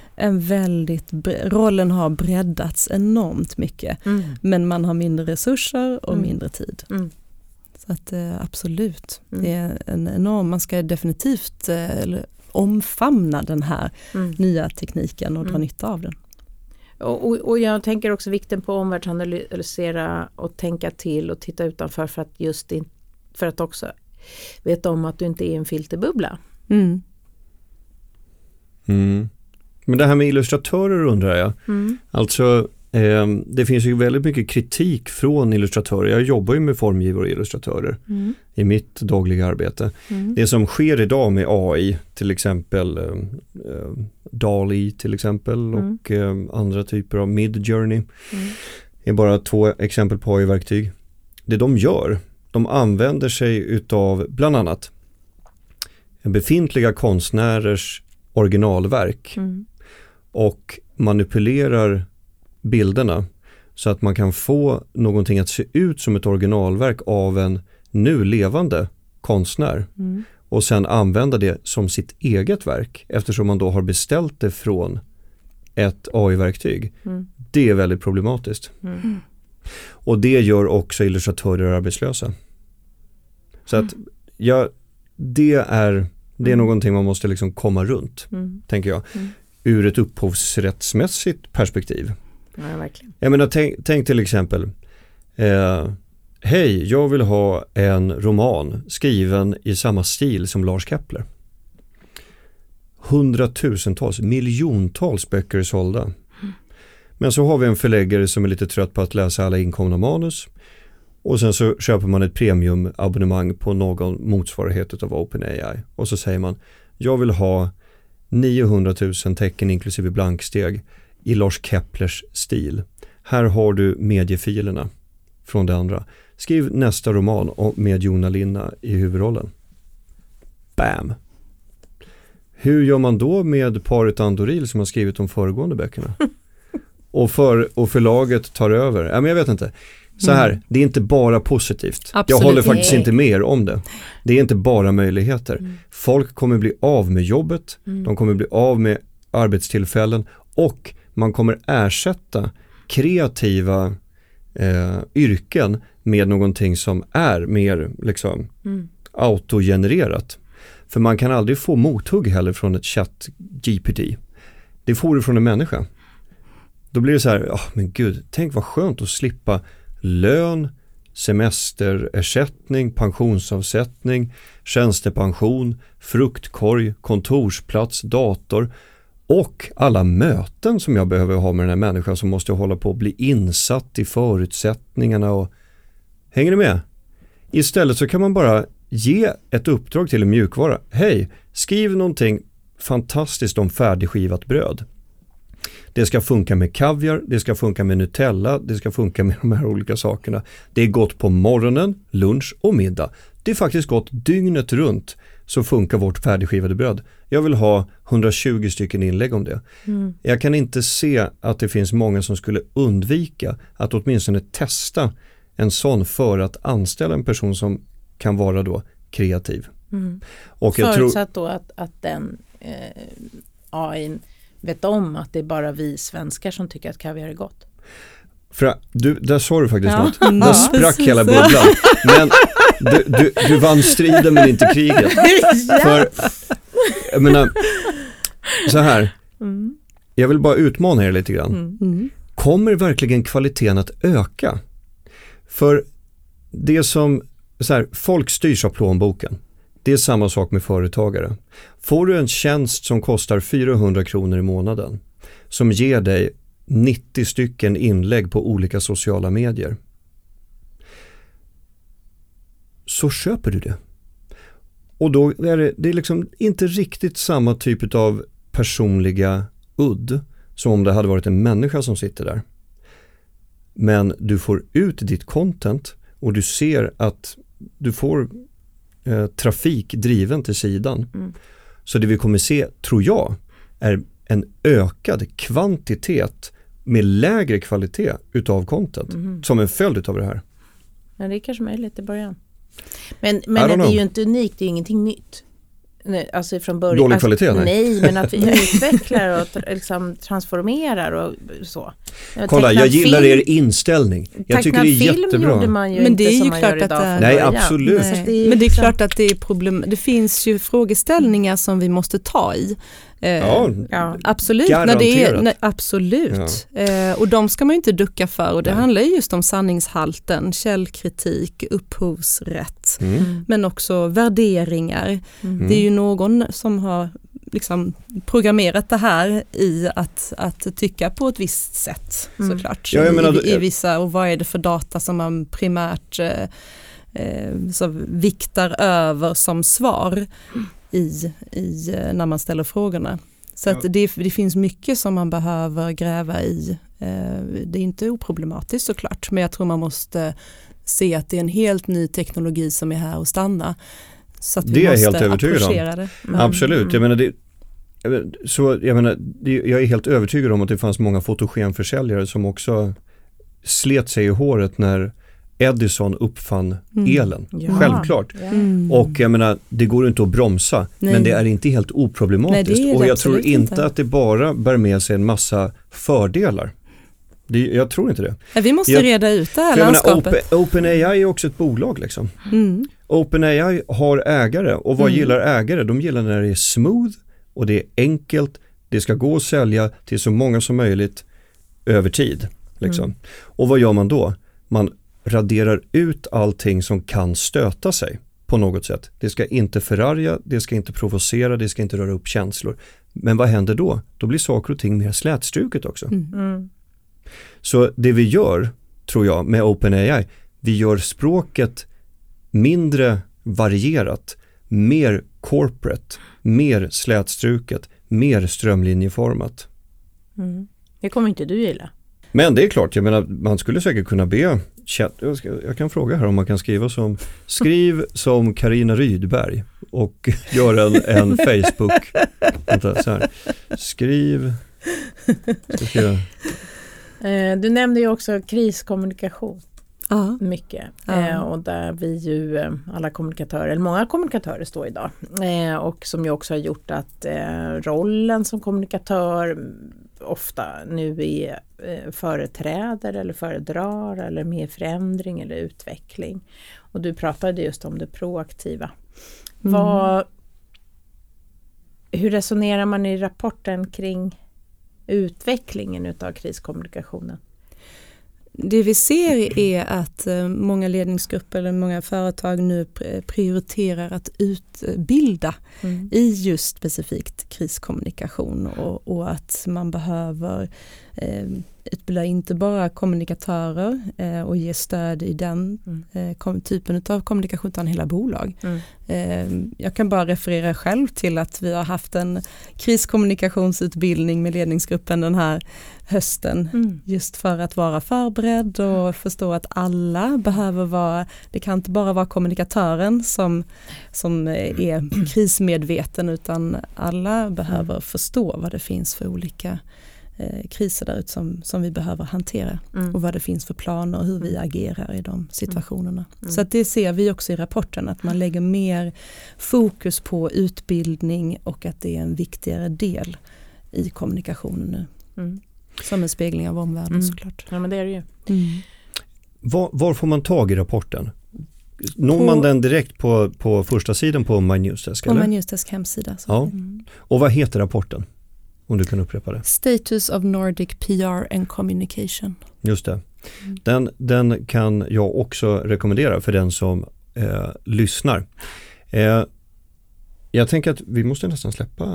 rollen har breddats enormt mycket. Men man har mindre resurser och mindre tid. Så att absolut, det är en enorm, man ska definitivt omfamna den här nya tekniken och dra nytta av den. Och jag tänker också vikten på omvärldsanalysera och tänka till och titta utanför för att också veta om att du inte är en filterbubbla. Men det här med illustratörer undrar jag. Alltså det finns ju väldigt mycket kritik från illustratörer. Jag jobbar ju med formgivare och illustratörer i mitt dagliga arbete. Det som sker idag med AI, till exempel DALL-E till exempel och andra typer av Midjourney är bara 2 exempel på AI-verktyg. Det de gör, de använder sig utav bland annat befintliga konstnärers originalverk och manipulerar bilderna så att man kan få någonting att se ut som ett originalverk av en nu levande konstnär och sen använda det som sitt eget verk eftersom man då har beställt det från ett AI-verktyg. Det är väldigt problematiskt. Och det gör också illustratörer arbetslösa. Så att det är någonting man måste liksom komma runt, tänker jag. ur ett upphovsrättsmässigt perspektiv. Ja, verkligen. Jag menar, tänk till exempel, hej, jag vill ha en roman skriven i samma stil som Lars Kepler. 100,000-tals, miljontals böcker är sålda. Men så har vi en förläggare som är lite trött på att läsa alla inkomna manus. Och sen så köper man ett premiumabonnemang på någon motsvarighet av OpenAI. Och så säger man, jag vill ha 900 000 tecken inklusive blanksteg i Lars Keplers stil. Här har du mediefilerna från det andra. Skriv nästa roman med Jonna Linna i huvudrollen. Bam! Hur gör man då med paret Andoril som har skrivit de föregående böckerna? Och förlaget tar över. Ja, men jag vet inte. Så här, det är inte bara positivt. Absolut. Jag håller faktiskt inte mer om det. Det är inte bara möjligheter. Folk kommer bli av med jobbet. De kommer bli av med arbetstillfällen. Och man kommer ersätta kreativa yrken med någonting som är mer liksom autogenererat. För man kan aldrig få mothugg heller från ett chat GPT. Det får du från en människa. Då blir det så här, men gud, tänk vad skönt att slippa lön, semesterersättning, pensionsavsättning, tjänstepension, fruktkorg, kontorsplats, dator och alla möten som jag behöver ha med den här människan som måste hålla på att bli insatt i förutsättningarna. Och hänger ni med? Istället så kan man bara ge ett uppdrag till en mjukvara. Hej, skriv någonting fantastiskt om färdigskivat bröd. Det ska funka med kaviar, det ska funka med Nutella, det ska funka med de här olika sakerna. Det är gott på morgonen, lunch och middag. Det är faktiskt gott dygnet runt så funkar vårt färdigskivade bröd. Jag vill ha 120 stycken inlägg om det. Jag kan inte se att det finns många som skulle undvika att åtminstone testa en sån för att anställa en person som kan vara då kreativ. Och jag förutsatt då att den AI vet om att det är bara vi svenskar som tycker att kaviar är gott. Där sa du faktiskt något. Där sprack hela bubblan. Men du vann striden men inte kriget. För jag menar, så här. Jag vill bara utmana er lite grann. Kommer verkligen kvaliteten att öka? För det som så här, folk styrs av plånboken. Det är samma sak med företagare. Får du en tjänst som kostar 400 kronor i månaden som ger dig 90 stycken inlägg på olika sociala medier, så köper du det. Och då är det är liksom inte riktigt samma typ av personliga udd som om det hade varit en människa som sitter där. Men du får ut ditt content och du ser att du får trafik driven till sidan. Så det vi kommer se, tror jag, är en ökad kvantitet med lägre kvalitet utav content som en följd utav det här. Ja, det är kanske möjligt i början. Men det är ju inte unikt, det är ingenting nytt. Alltså från början. Dålig kvalitet? Nej, men att vi utvecklar och liksom transformerar och så. Kolla, jag gillar er inställning. Jag tycker det är jättebra. Men det är ju klart att nej, absolut. Nej. Men det är klart att det är problem. Det finns ju frågeställningar som vi måste ta i. Ja, absolut. Absolut. Ja. Och de ska man ju inte ducka för. Och det handlar ju just om sanningshalten, källkritik, upphovsrätt. Men också värderingar. Det är ju någon som har liksom programmerat det här i att tycka på ett visst sätt, såklart. Ja, jag menar, I vissa, och vad är det för data som man primärt så viktar över som svar i när man ställer frågorna. Så att det finns mycket som man behöver gräva i. Det är inte oproblematiskt såklart, men jag tror man måste se att det är en helt ny teknologi som är här och stanna. Så att vi måste helt övertygad om. Absolut. Jag är helt övertygad om att det fanns många fotogenförsäljare som också slet sig i håret när Edison uppfann elen. Ja. Självklart. Och jag menar, det går inte att bromsa. Nej. Men det är inte helt oproblematiskt. Nej, och jag tror inte att det bara bär med sig en massa fördelar. Jag tror inte det. Ja, vi måste reda ut det här landskapet. OpenAI är också ett bolag liksom. OpenAI har ägare. Och vad gillar ägare? De gillar när det är smooth och det är enkelt. Det ska gå att sälja till så många som möjligt över tid. Liksom. Och vad gör man då? Man raderar ut allting som kan stöta sig på något sätt. Det ska inte förarga, det ska inte provocera, det ska inte röra upp känslor. Men vad händer då? Då blir saker och ting mer slätstruket också. Så det vi gör, tror jag, med OpenAI, vi gör språket mindre varierat, mer corporate, mer slätstruket, mer strömlinjeformat. Det kommer inte du gilla. Men det är klart, jag menar, man skulle säkert kunna be jag kan fråga här om man kan skriv som Carina Rydberg och gör en Facebook. Vänta, så här. Skriv. Du nämnde ju också kriskommunikation. Mycket. Och där vi ju alla kommunikatörer, eller många kommunikatörer står idag. Och som ju också har gjort att rollen som kommunikatör ofta nu är företräder eller föredrar eller mer förändring eller utveckling. Och du pratade just om det proaktiva. Hur resonerar man i rapporten kring utvecklingen utav kriskommunikationen? Det vi ser är att många ledningsgrupper eller många företag nu prioriterar att utbilda i just specifikt kriskommunikation och att man behöver utbilda inte bara kommunikatörer och ge stöd i den typen av kommunikation utan hela bolag. Jag kan bara referera själv till att vi har haft en kriskommunikationsutbildning med ledningsgruppen den här hösten just för att vara förberedd och förstå att alla behöver vara, det kan inte bara vara kommunikatören som är krismedveten utan alla behöver förstå vad det finns för olika kriser där ute som vi behöver hantera och vad det finns för planer och hur vi agerar i de situationerna. Så att det ser vi också i rapporten, att man lägger mer fokus på utbildning och att det är en viktigare del i kommunikationen nu. Som en spegling av omvärlden såklart. Ja, men det är det ju. Var får man tag i rapporten? Når man den direkt på första sidan på My Newsdesk? På My Newsdesk hemsida. Ja. Och vad heter rapporten? Om du kan upprepa det. Status of Nordic PR and Communication. Just det. Den kan jag också rekommendera för den som lyssnar. Jag tänker att vi måste nästan släppa.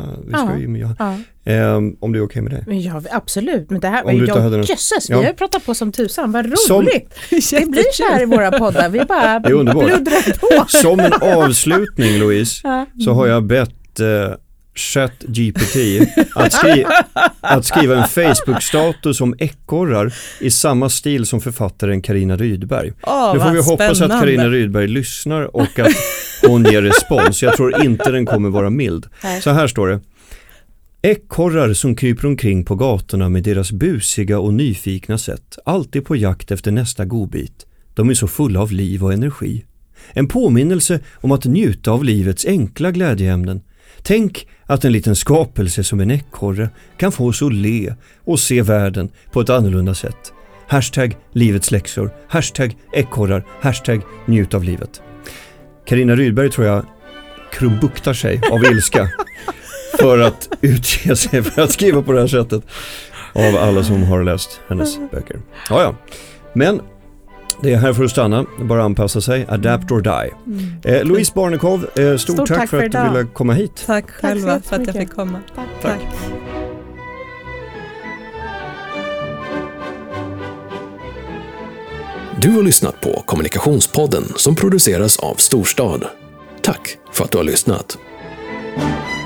Om det är okej med dig. Ja, absolut. Men det här vi har pratat på som tusan. Vad roligt. Det blir så här i våra poddar. Vi bara bluddrar på. Som en avslutning, Louise, så har jag bett ChatGPT att skriva en Facebook-status om ekorrar i samma stil som författaren Carina Rydberg. Nu får vi hoppas att Carina Rydberg lyssnar och att hon ger respons. Jag tror inte den kommer vara mild. Så här står det. Ekorrar som kryper omkring på gatorna med deras busiga och nyfikna sätt, alltid på jakt efter nästa godbit. De är så fulla av liv och energi. En påminnelse om att njuta av livets enkla glädjeämnen. Tänk att en liten skapelse som en ekorre kan få oss att le och se världen på ett annorlunda sätt. #livets läxor, #ekorrar, #njut av livet. Carina Rydberg tror jag krumbuktar sig av ilska för att utge sig för att skriva på det här sättet av alla som har läst hennes böcker. Ja. Men det är här för att stanna, bara anpassa sig, adapt or die. Louise Barnekow, stort tack för att du ville komma hit. Tack själva för att jag fick komma. Tack. Du har lyssnat på Kommunikationspodden som produceras av Storstad. Tack för att du har lyssnat.